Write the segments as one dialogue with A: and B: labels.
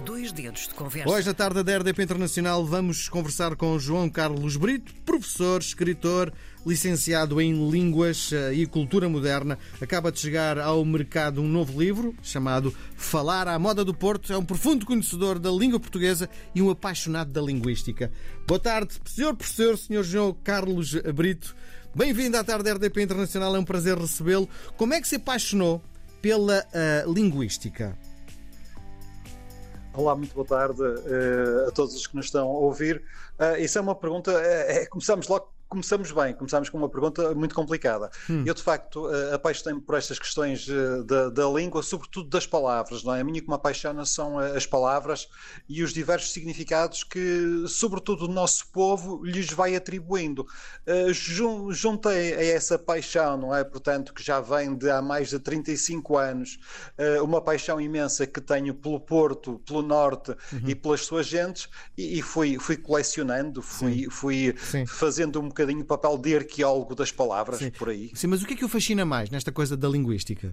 A: 2 dedos de conversa.
B: Hoje, à tarde da RDP Internacional, vamos conversar com João Carlos Brito, professor, escritor, licenciado em Línguas e Cultura Moderna. Acaba de chegar ao mercado um novo livro chamado Falar à Moda do Porto. É um profundo conhecedor da língua portuguesa e um apaixonado da linguística. Boa tarde, senhor professor, senhor João Carlos Brito. Bem-vindo à tarde da RDP Internacional, é um prazer recebê-lo. Como é que se apaixonou pela linguística?
C: Olá, muito boa tarde a todos os que nos estão a ouvir. Isso é uma pergunta, começamos bem, começamos com uma pergunta muito complicada. Eu, de facto, apaixonei-me por estas questões da língua, sobretudo das palavras, não é? A minha que me apaixona são as palavras e os diversos significados que, sobretudo, o nosso povo lhes vai atribuindo. Juntei a essa paixão, não é? Portanto, que já vem de há mais de 35 anos, uma paixão imensa que tenho pelo Porto, pelo Norte e pelas suas gentes, e fui colecionando, fui fazendo um bocadinho o papel de arqueólogo das palavras. Sim. Por aí.
B: Sim, mas o que é que o fascina mais nesta coisa da linguística?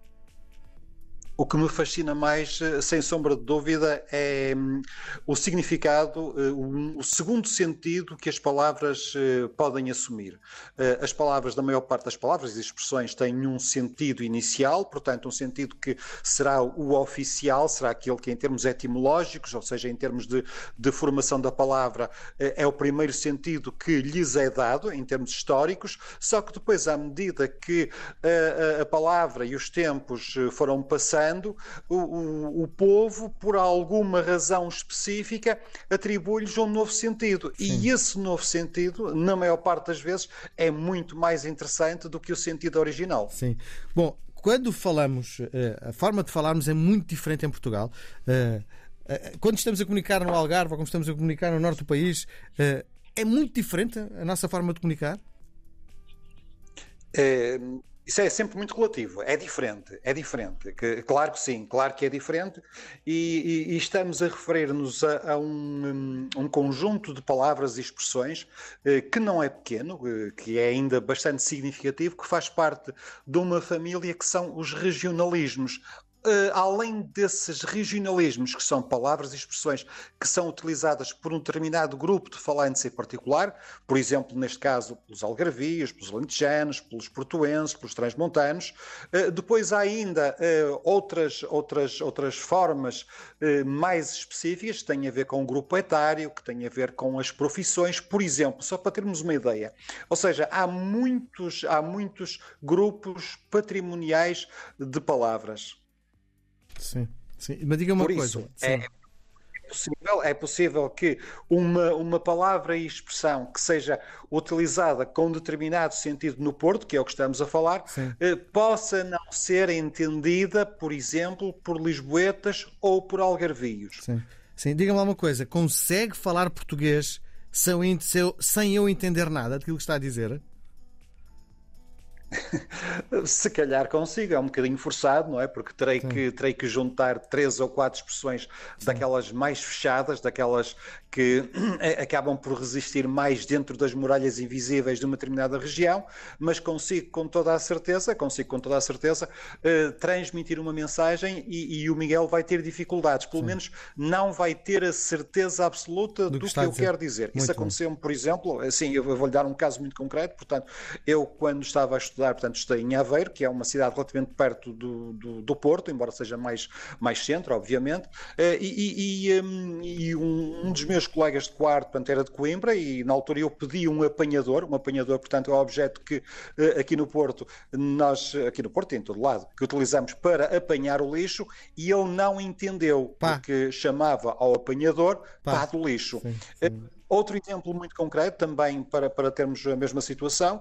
C: O que me fascina mais, sem sombra de dúvida, é o significado, o segundo sentido que as palavras podem assumir. As palavras, da maior parte das palavras e expressões, têm um sentido inicial, portanto, um sentido que será o oficial, será aquele que, em termos etimológicos, ou seja, em termos de formação da palavra, é o primeiro sentido que lhes é dado, em termos históricos, só que depois, à medida que a palavra e os tempos foram passando, o povo, por alguma razão específica, atribui-lhes um novo sentido. Sim. E esse novo sentido, na maior parte das vezes, é muito mais interessante do que o sentido original.
B: Sim. Bom, quando falamos, a forma de falarmos é muito diferente em Portugal. Quando estamos a comunicar no Algarve ou quando estamos a comunicar no norte do país, é muito diferente a nossa forma de comunicar?
C: Isso é sempre muito relativo, é diferente. Claro que sim, claro que é diferente, e estamos a referir-nos a um conjunto de palavras e expressões que não é pequeno, que é ainda bastante significativo, que faz parte de uma família que são os regionalismos. Além desses regionalismos, que são palavras e expressões que são utilizadas por um determinado grupo de falantes em particular, por exemplo, neste caso, pelos algarvios, pelos alentejanos, pelos portuenses, pelos transmontanos, depois há ainda outras formas mais específicas, que têm a ver com o grupo etário, que têm a ver com as profissões, por exemplo, só para termos uma ideia. Ou seja, há muitos grupos patrimoniais de palavras.
B: Sim. Mas diga uma coisa.
C: É possível que uma palavra e expressão que seja utilizada com determinado sentido no Porto, que é o que estamos a falar, possa não ser entendida, por exemplo, por lisboetas ou por algarvios.
B: Sim. Diga-me lá uma coisa. Consegue falar português sem eu entender nada daquilo que está a dizer?
C: Se calhar consigo, é um bocadinho forçado, não é? Porque terei que juntar 3 ou 4 expressões daquelas mais fechadas, daquelas que acabam por resistir mais dentro das muralhas invisíveis de uma determinada região, mas consigo com toda a certeza transmitir uma mensagem e o Miguel vai ter dificuldades, pelo menos não vai ter a certeza absoluta do que eu quero dizer. Isso aconteceu-me, por exemplo, assim, eu vou-lhe dar um caso muito concreto. Portanto, eu quando estava a estudar, estou em Aveiro, que é uma cidade relativamente perto do Porto, embora seja mais centro, obviamente, e um dos meus colegas de quarto, portanto, era de Coimbra, e na altura eu pedi um apanhador, portanto, é um objeto que aqui no Porto e em todo lado, que utilizamos para apanhar o lixo, e ele não entendeu, porque chamava ao apanhador pá do lixo. Sim. Outro exemplo muito concreto, também para termos a mesma situação,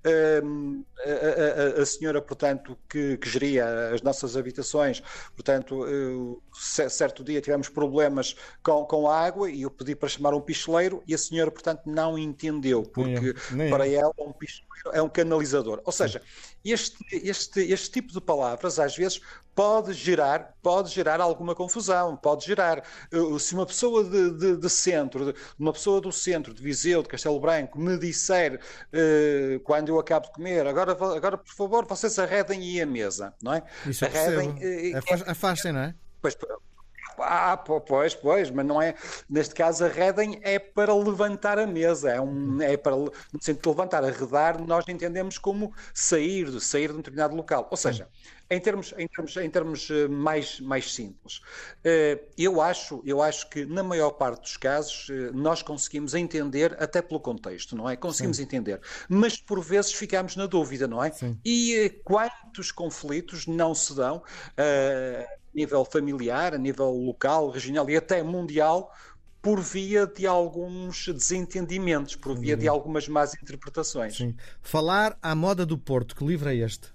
C: a senhora, portanto, que geria as nossas habitações, portanto, certo dia tivemos problemas com a água e eu pedi para chamar um picheleiro e a senhora, portanto, não entendeu, porque para ela um picheleiro é um canalizador. Ou seja, este tipo de palavras, às vezes, pode gerar alguma confusão, pode gerar. Se uma pessoa de centro, uma pessoa do centro, de Viseu, de Castelo Branco, me disser, quando eu acabo de comer, agora por favor, vocês arredem aí a mesa, não é?
B: Isso arredem. Afastem, não é?
C: Pois, Pois, mas não é. Neste caso, a redem é para levantar a mesa, é para, no sentido de levantar, arredar, nós entendemos como sair de um determinado local. Ou seja, em termos mais simples, eu acho que na maior parte dos casos nós conseguimos entender até pelo contexto, não é? Conseguimos entender, mas por vezes ficamos na dúvida, não é?
B: Sim.
C: E quantos conflitos não se dão a nível familiar, a nível local, regional e até mundial, por via de alguns desentendimentos, por via de algumas más interpretações.
B: Sim. Falar à moda do Porto, que livro é este?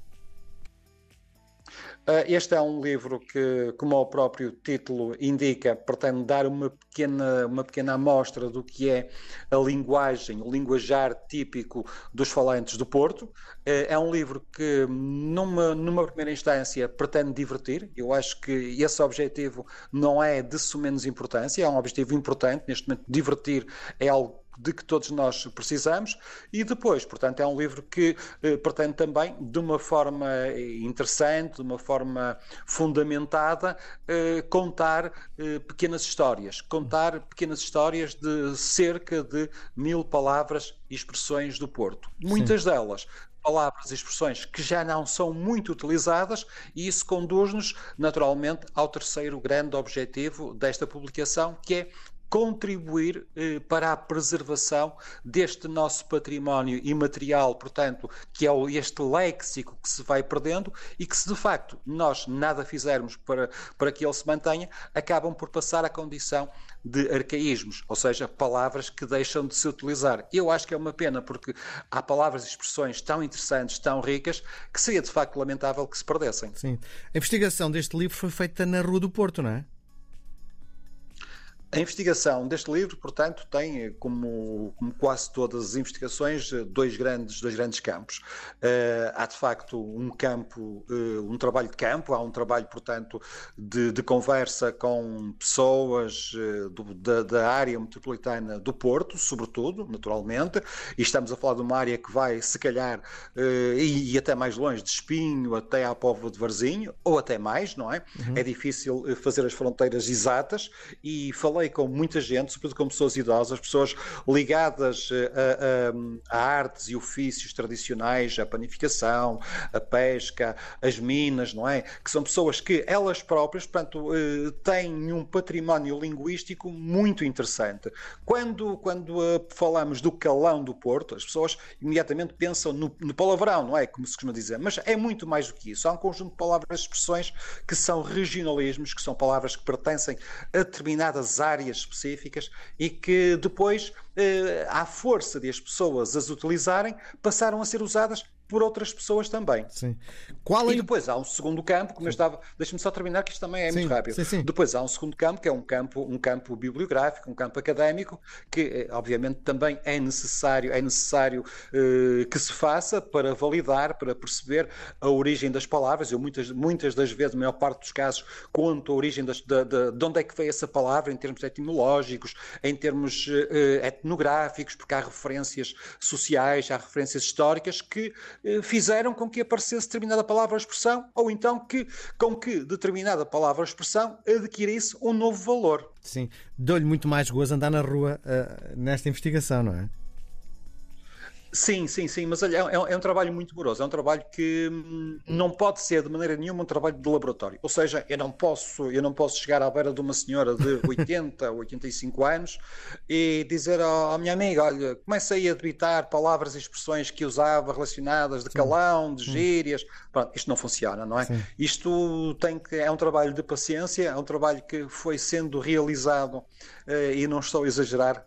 C: Este é um livro que, como o próprio título indica, pretende dar uma pequena amostra do que é a linguagem, o linguajar típico dos falantes do Porto. É um livro que, numa primeira instância, pretende divertir. Eu acho que esse objetivo não é de menos importância, é um objetivo importante. Neste momento, divertir é algo de que todos nós precisamos, e depois, portanto, é um livro que pretende também, de uma forma interessante, de uma forma fundamentada, contar pequenas histórias de cerca de 1000 palavras e expressões do Porto. Muitas delas palavras e expressões que já não são muito utilizadas, e isso conduz-nos, naturalmente, ao terceiro grande objetivo desta publicação, que é contribuir para a preservação deste nosso património imaterial, portanto, que é este léxico que se vai perdendo e que, se de facto nós nada fizermos para que ele se mantenha, acabam por passar à condição de arcaísmos, ou seja, palavras que deixam de se utilizar. Eu acho que é uma pena, porque há palavras e expressões tão interessantes, tão ricas, que seria de facto lamentável que se perdessem.
B: Sim. A investigação deste livro foi feita na Rua do Porto, não é?
C: A investigação deste livro, portanto, tem, como quase todas as investigações, dois grandes campos. Há, de facto, um trabalho de campo, há um trabalho, portanto, de conversa com pessoas da área metropolitana do Porto, sobretudo, naturalmente, e estamos a falar de uma área que vai, se calhar, e até mais longe, de Espinho até à Póvoa de Varzim, ou até mais, não é? É difícil fazer as fronteiras exatas, e falei com muita gente, sobretudo com pessoas idosas, pessoas ligadas a artes e ofícios tradicionais, a panificação, a pesca, as minas, não é? Que são pessoas que elas próprias, portanto, têm um património linguístico muito interessante. Quando falamos do calão do Porto, as pessoas imediatamente pensam no palavrão, não é? Como se costuma dizer, mas é muito mais do que isso. Há um conjunto de palavras e expressões que são regionalismos, que são palavras que pertencem a determinadas áreas específicas e que depois, à força de as pessoas as utilizarem, passaram a ser usadas por outras pessoas também.
B: Sim.
C: E depois há um segundo campo, como eu estava... Deixa-me só terminar, que isto também é muito rápido.
B: Sim.
C: Depois há um segundo campo, que é um campo bibliográfico, um campo académico, que obviamente também é necessário que se faça para validar, para perceber a origem das palavras. Eu muitas das vezes, na maior parte dos casos, conto a origem de onde é que veio essa palavra, em termos etimológicos, em termos etnográficos, porque há referências sociais, há referências históricas que fizeram com que aparecesse determinada palavra ou expressão, ou então com que determinada palavra ou expressão adquirisse um novo valor.
B: Sim, deu-lhe muito mais gozo andar na rua nesta investigação, não é?
C: Sim, mas olha, é um trabalho muito moroso, é um trabalho que não pode ser de maneira nenhuma um trabalho de laboratório. Ou seja, eu não posso chegar à beira de uma senhora de 80 ou 85 anos e dizer à minha amiga, olha, começa aí a debitar palavras e expressões que usava relacionadas de calão, de gírias. Pronto, isto não funciona, não é?
B: Sim.
C: Isto é um trabalho de paciência, é um trabalho que foi sendo realizado, e não estou a exagerar,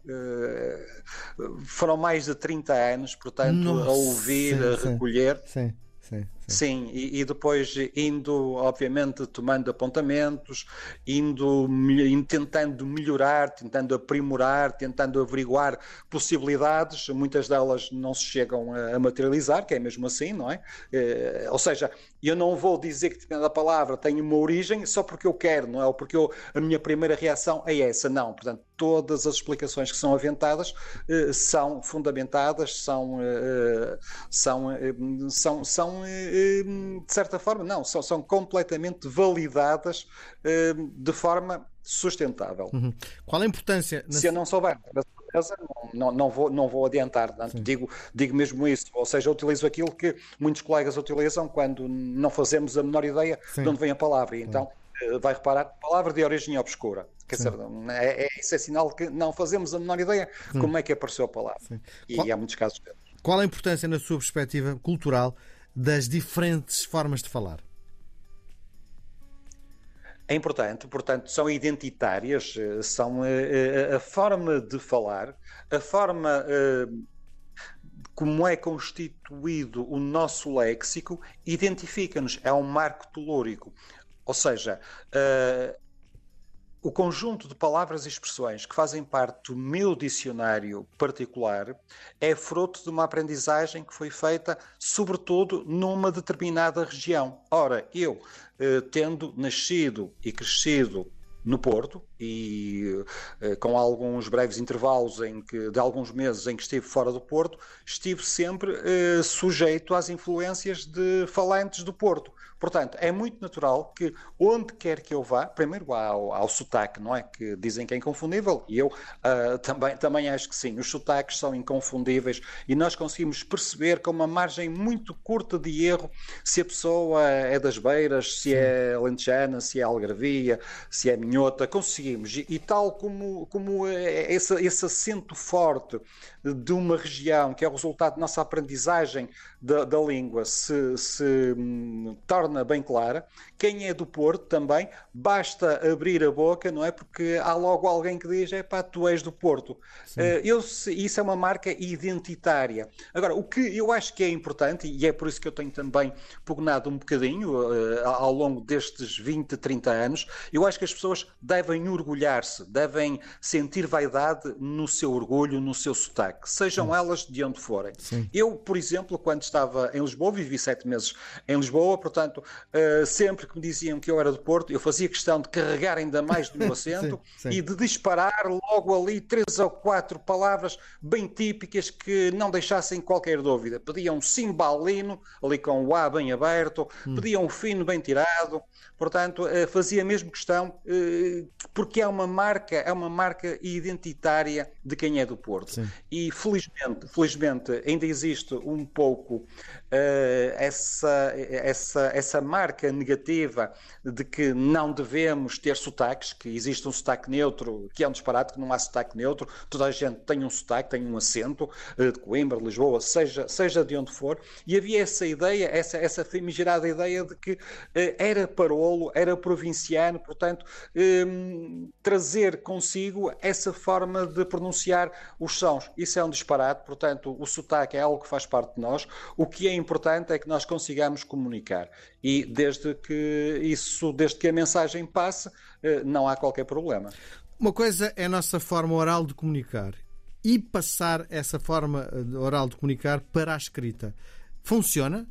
C: foram mais de 30 anos, portanto, a ouvir, a recolher. Sim, e depois indo, obviamente, tomando apontamentos, tentando melhorar, tentando aprimorar, tentando averiguar possibilidades. Muitas delas não se chegam a materializar, que é mesmo assim, não é? Ou seja, eu não vou dizer que determinada palavra tem uma origem só porque eu quero, não é? Ou porque a minha primeira reação é essa, não. Portanto, todas as explicações que são aventadas são fundamentadas, são de certa forma, não, são completamente validadas de forma sustentável.
B: Qual a importância?
C: Se eu não souber da certeza, não vou adiantar. Portanto, digo mesmo isso. Ou seja, eu utilizo aquilo que muitos colegas utilizam quando não fazemos a menor ideia de onde vem a palavra. E então, vai reparar, palavra de origem obscura. Quer dizer, isso é sinal que não fazemos a menor ideia como é que apareceu a palavra. E há muitos casos deles.
B: Qual a importância, na sua perspectiva cultural, das diferentes formas de falar?
C: É importante, portanto, são identitárias, são a forma de falar, a forma como é constituído o nosso léxico, identifica-nos, é um marco telúrico. Ou seja, o conjunto de palavras e expressões que fazem parte do meu dicionário particular é fruto de uma aprendizagem que foi feita, sobretudo, numa determinada região. Ora, eu, tendo nascido e crescido no Porto e com alguns breves intervalos de alguns meses em que estive fora do Porto, estive sempre sujeito às influências de falantes do Porto. Portanto, é muito natural que onde quer que eu vá, primeiro há o sotaque, não é? Que dizem que é inconfundível, e eu também acho que sim, os sotaques são inconfundíveis e nós conseguimos perceber com uma margem muito curta de erro se a pessoa é das Beiras, se é alentejana, se é algarvia, se é minhota, conseguimos. E tal como esse acento forte de uma região, que é o resultado da nossa aprendizagem da língua, se torna bem clara, quem é do Porto também, basta abrir a boca, não é? Porque há logo alguém que diz, tu és do Porto. Isso é uma marca identitária. Agora, o que eu acho que é importante, e é por isso que eu tenho também pugnado um bocadinho ao longo destes 20, 30 anos, eu acho que as pessoas devem orgulhar-se, devem sentir vaidade no seu orgulho, no seu sotaque, sejam elas de onde forem. Eu, por exemplo, quando estava em Lisboa, vivi 7 meses em Lisboa, portanto, sempre que me diziam que eu era do Porto, eu fazia questão de carregar ainda mais do meu acento e de disparar logo ali 3 ou 4 palavras bem típicas que não deixassem qualquer dúvida. Pediam um cimbalino, ali com o A bem aberto, pediam um fino bem tirado, portanto, fazia mesmo questão, porque é uma marca identitária de quem é do Porto. E felizmente ainda existe um pouco essa marca negativa de que não devemos ter sotaques, que existe um sotaque neutro, que é um disparate, que não há sotaque neutro, toda a gente tem um sotaque, tem um acento, de Coimbra, de Lisboa, seja de onde for, e havia essa ideia, essa famigerada ideia de que era parolo, era provinciano, portanto, trazer consigo essa forma de pronunciar os sons. Isso é um disparate, portanto, o sotaque é algo que faz parte de nós. O que é importante é que nós consigamos comunicar. E desde que a mensagem passe, não há qualquer problema.
B: Uma coisa é a nossa forma oral de comunicar e passar essa forma oral de comunicar para a escrita. Funciona?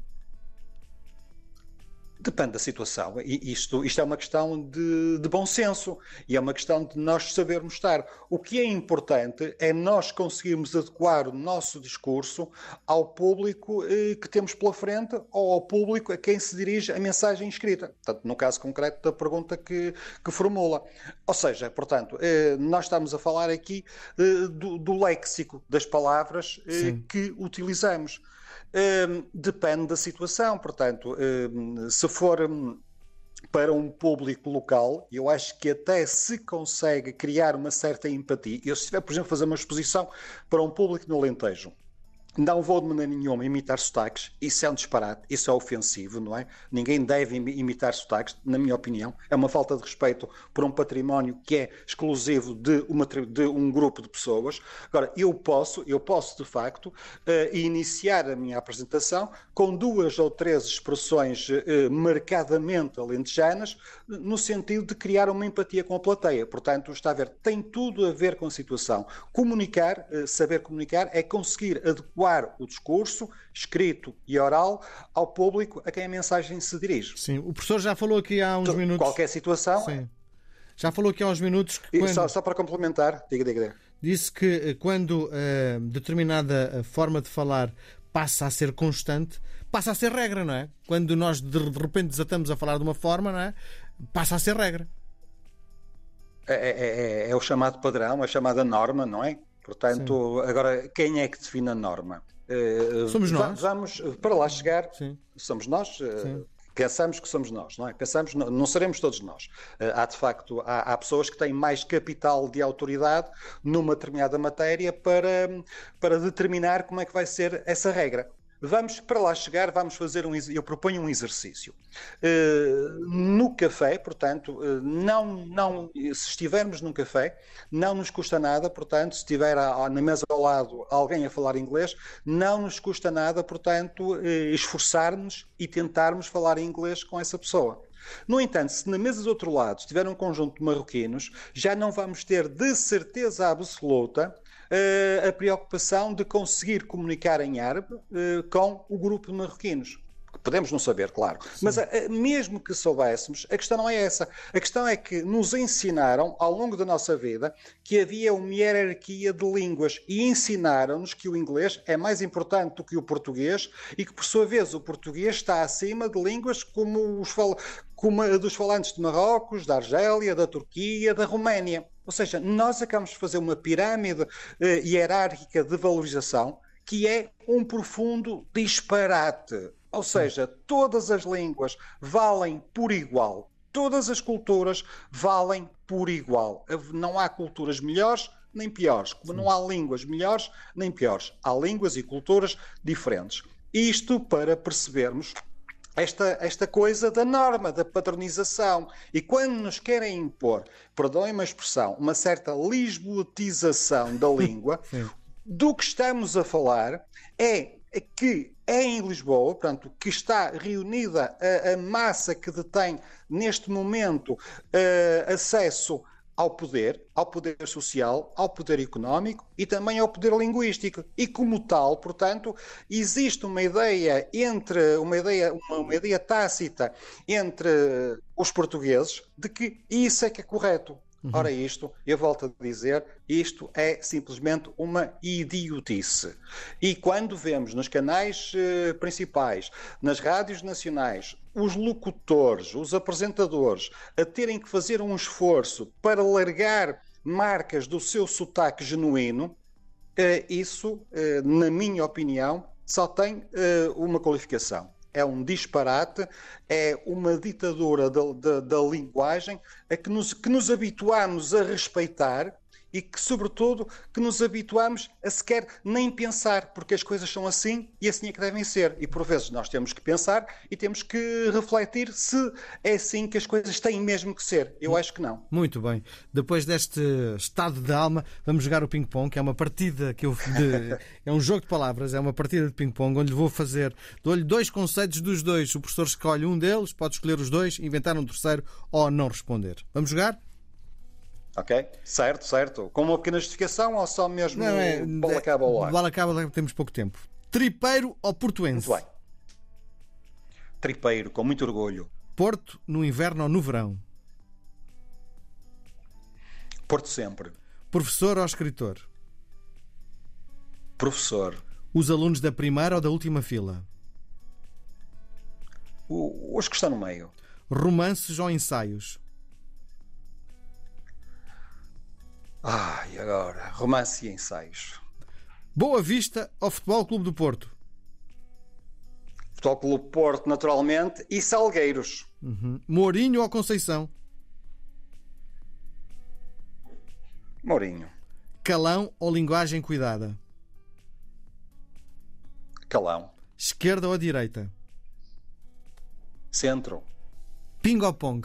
C: Depende da situação. Isto é uma questão de bom senso e é uma questão de nós sabermos estar. O que é importante é nós conseguirmos adequar o nosso discurso ao público que temos pela frente ou ao público a quem se dirige a mensagem escrita. Portanto, no caso concreto da pergunta que formula. Ou seja, portanto, nós estamos a falar aqui do léxico das palavras que utilizamos. Depende da situação, portanto, se for para um público local, eu acho que até se consegue criar uma certa empatia. Eu, se estiver, por exemplo, a fazer uma exposição para um público no Alentejo, não vou de maneira nenhuma imitar sotaques, isso é um disparate, isso é ofensivo, não é? Ninguém deve imitar sotaques, na minha opinião, é uma falta de respeito por um património que é exclusivo de um grupo de pessoas. Agora, eu posso de facto iniciar a minha apresentação com 2 ou 3 expressões marcadamente alentejanas, no sentido de criar uma empatia com a plateia. Portanto, está a ver, tem tudo a ver com a situação. Comunicar, saber comunicar, é conseguir adequar o discurso, escrito e oral, ao público a quem a mensagem se dirige.
B: Sim, o professor já falou aqui há uns minutos.
C: Qualquer situação.
B: Sim. Já falou aqui há uns minutos.
C: Só para complementar, diga.
B: Disse que quando determinada forma de falar passa a ser constante, passa a ser regra, não é? Quando nós de repente desatamos a falar de uma forma, não é? Passa a ser regra.
C: É o chamado padrão, a chamada norma, não é? Portanto, agora, quem é que define a norma?
B: Somos nós.
C: Vamos, para lá chegar,
B: Sim.
C: somos nós.
B: Sim.
C: Pensamos que somos nós, não é? Pensamos, não seremos todos nós. Há, de facto, há pessoas que têm mais capital de autoridade numa determinada matéria para determinar como é que vai ser essa regra. Vamos, para lá chegar, eu proponho um exercício. No café, portanto, se estivermos num café, não nos custa nada, portanto, se estiver na mesa ao lado alguém a falar inglês, não nos custa nada, portanto, esforçar-nos e tentarmos falar inglês com essa pessoa. No entanto, se na mesa do outro lado estiver um conjunto de marroquinos, já não vamos ter de certeza absoluta a preocupação de conseguir comunicar em árabe com o grupo de marroquinos. Podemos não saber, claro. Sim. Mas mesmo que soubéssemos, a questão não é essa. A questão é que nos ensinaram, ao longo da nossa vida, que havia uma hierarquia de línguas e ensinaram-nos que o inglês é mais importante do que o português e que, por sua vez, o português está acima de línguas como a dos falantes de Marrocos, da Argélia, da Turquia, da Roménia. Ou seja, nós acabamos de fazer uma pirâmide hierárquica de valorização que é um profundo disparate. Ou seja, todas as línguas valem por igual. Todas as culturas valem por igual. Não há culturas melhores nem piores. Como não há línguas melhores nem piores. Há línguas e culturas diferentes. Isto para percebermos esta coisa da norma, da padronização. E quando nos querem impor, perdoem-me a expressão, uma certa lisboetização da língua, do que estamos a falar é que é em Lisboa, portanto, que está reunida a massa que detém neste momento acesso ao poder social, ao poder económico e também ao poder linguístico. E como tal, portanto, existe uma ideia tácita entre os portugueses de que isso é que é correto. Ora, eu volto a dizer, isto é simplesmente uma idiotice. E quando vemos nos canais principais, nas rádios nacionais, os locutores, os apresentadores, a terem que fazer um esforço para largar marcas do seu sotaque genuíno, isso, na minha opinião, só tem uma qualificação. É um disparate, é uma ditadura da linguagem a que nos habituamos a respeitar e que, sobretudo, que nos habituamos a sequer nem pensar, porque as coisas são assim e assim é que devem ser. E, por vezes, nós temos que pensar e temos que refletir se é assim que as coisas têm mesmo que ser. Eu acho que não.
B: Muito bem. Depois deste estado de alma, vamos jogar o ping-pong, que é uma partida é um jogo de palavras, é uma partida de ping-pong, onde dou-lhe 2 conceitos dos 2. O professor escolhe um deles, pode escolher os 2, inventar um terceiro ou não responder. Vamos jogar?
C: Ok, certo. Com uma pequena justificação ou só mesmo bola acaba ao ar?
B: Bola acaba, temos pouco tempo. Tripeiro ou portuense?
C: Muito bem. Tripeiro, com muito orgulho.
B: Porto no inverno ou no verão?
C: Porto sempre.
B: Professor ou escritor?
C: Professor.
B: Os alunos da primeira ou da última fila?
C: Os que estão no meio.
B: Romances ou ensaios?
C: E agora? Romance e ensaios.
B: Boa Vista ou Futebol Clube do Porto?
C: Futebol Clube Porto, naturalmente, e Salgueiros.
B: Mourinho ou Conceição?
C: Mourinho.
B: Calão ou linguagem cuidada?
C: Calão.
B: Esquerda ou direita?
C: Centro.
B: Ping ou pong?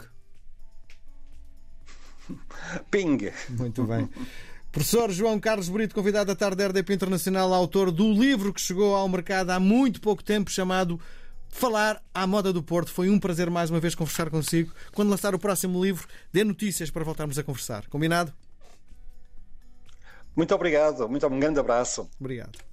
C: Ping.
B: Muito bem. Professor João Carlos Brito, convidado da tarde da RDP Internacional, autor do livro que chegou ao mercado há muito pouco tempo, chamado Falar à Moda do Porto. Foi um prazer mais uma vez conversar consigo. Quando lançar o próximo livro, dê notícias para voltarmos a conversar. Combinado?
C: Muito obrigado. Um grande abraço.
B: Obrigado.